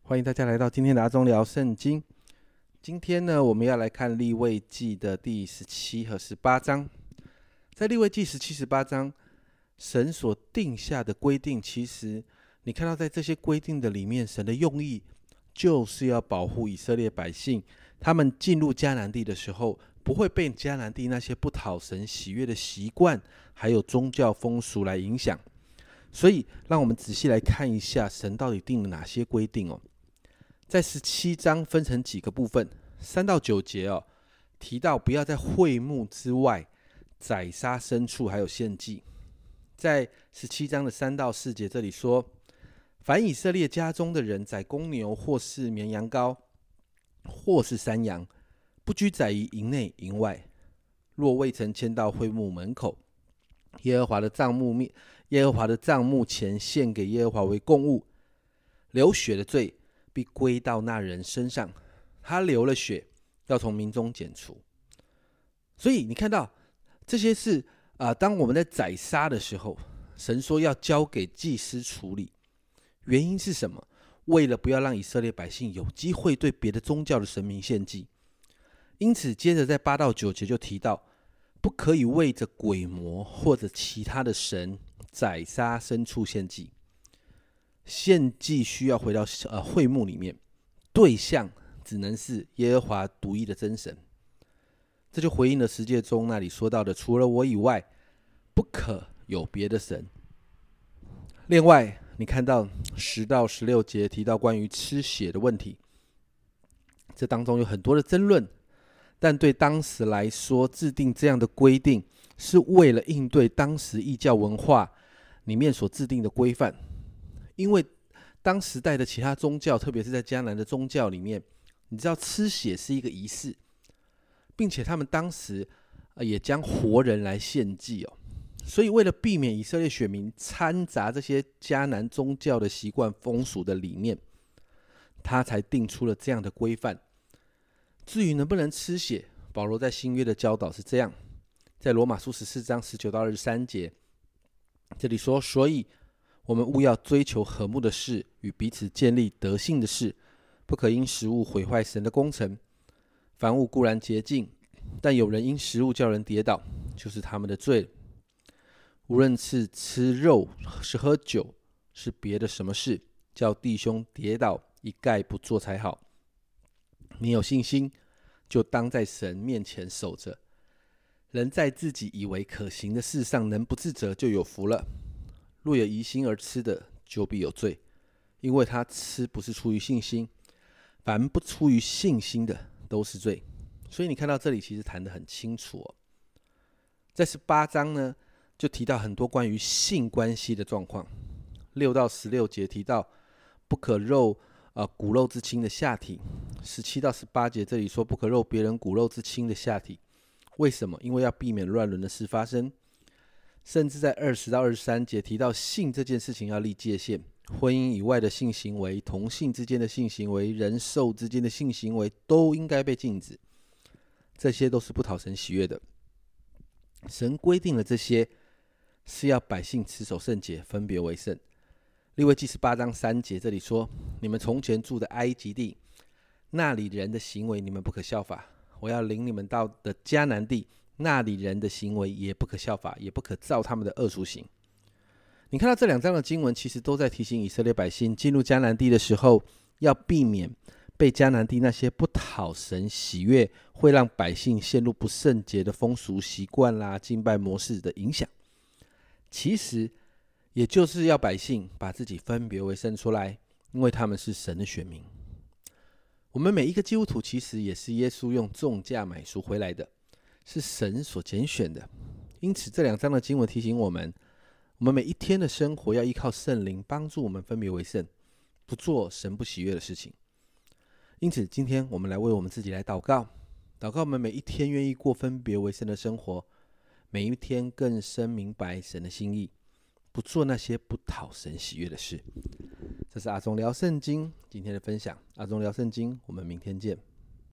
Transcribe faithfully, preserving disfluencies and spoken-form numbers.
欢迎大家来到今天的阿忠聊圣经。今天呢，我们要来看利未记的第十七和十八章。在利未记十七、十八章，神所定下的规定，其实你看到在这些规定的里面，神的用意就是要保护以色列百姓，他们进入迦南地的时候，不会被迦南地那些不讨神喜悦的习惯，还有宗教风俗来影响。所以，让我们仔细来看一下，神到底定了哪些规定哦。在十七章分成几个部分，三到九节哦，提到不要在会幕之外宰杀牲畜，还有献祭。在十七章的三到四节，这里说：凡以色列家中的人宰公牛，或是绵羊羔，或是山羊，不拘宰于营内营外。若未曾迁到会幕门口，耶和华的帐幕耶和华的帐幕前献给耶和华为供物，流血的罪必归到那人身上，他流了血，要从民中剪除。所以你看到这些是、呃、当我们在宰杀的时候，神说要交给祭司处理。原因是什么？为了不要让以色列百姓有机会对别的宗教的神明献祭。因此接着在八到九节就提到，不可以为着鬼魔或者其他的神宰杀牲畜献祭。献祭需要回到、呃、会幕里面，对象只能是耶和华独一的真神。这就回应了十诫中那里说到的，除了我以外，不可有别的神。另外，你看到十到十六节提到关于吃血的问题，这当中有很多的争论，但对当时来说，制定这样的规定是为了应对当时异教文化里面所制定的规范。因为当时代的其他宗教，特别是在迦南的宗教里面，你知道吃血是一个仪式，并且他们当时也将活人来献祭哦。所以为了避免以色列选民掺杂这些迦南宗教的习惯风俗的理念，他才定出了这样的规范。至于能不能吃血，保罗在新约的教导是这样，在罗马书十四章十九到二十三节，这里说：所以我们务要追求和睦的事，与彼此建立德性的事，不可因食物毁坏神的工程。凡物固然洁净，但有人因食物叫人跌倒，就是他们的罪。无论是吃肉，是喝酒，是别的什么事，叫弟兄跌倒，一概不做才好。你有信心，就当在神面前守着。人在自己以为可行的事上能不自责，就有福了。若有疑心而吃的，就必有罪，因为他吃不是出于信心，凡不出于信心的都是罪。所以你看到这里其实谈得很清楚哦。在十八章呢，就提到很多关于性关系的状况。六到十六节提到不可肉、呃、骨肉之亲的下体。十七到十八节这里说不可肉别人骨肉之亲的下体。为什么？因为要避免乱伦的事发生。甚至在二十到二十三节提到性这件事情要立界限，婚姻以外的性行为、同性之间的性行为、人兽之间的性行为都应该被禁止，这些都是不讨神喜悦的。神规定了这些是要百姓持守圣洁，分别为圣。利未记十八章三节这里说：你们从前住的埃及地，那里人的行为你们不可效法，我要领你们到的迦南地，那里人的行为也不可效法，也不可照他们的恶俗行。你看到这两章的经文，其实都在提醒以色列百姓进入迦南地的时候，要避免被迦南地那些不讨神喜悦，会让百姓陷入不圣洁的风俗习惯啦、敬拜模式的影响。其实也就是要百姓把自己分别为圣出来，因为他们是神的选民。我们每一个基督徒其实也是耶稣用重价买赎回来的，是神所拣选的。因此这两章的经文提醒我们，我们每一天的生活要依靠圣灵帮助我们分别为圣，不做神不喜悦的事情。因此今天我们来为我们自己来祷告，祷告我们每一天愿意过分别为圣的生活，每一天更深明白神的心意，不做那些不讨神喜悦的事。这是阿忠聊圣经今天的分享，阿忠聊圣经，我们明天见。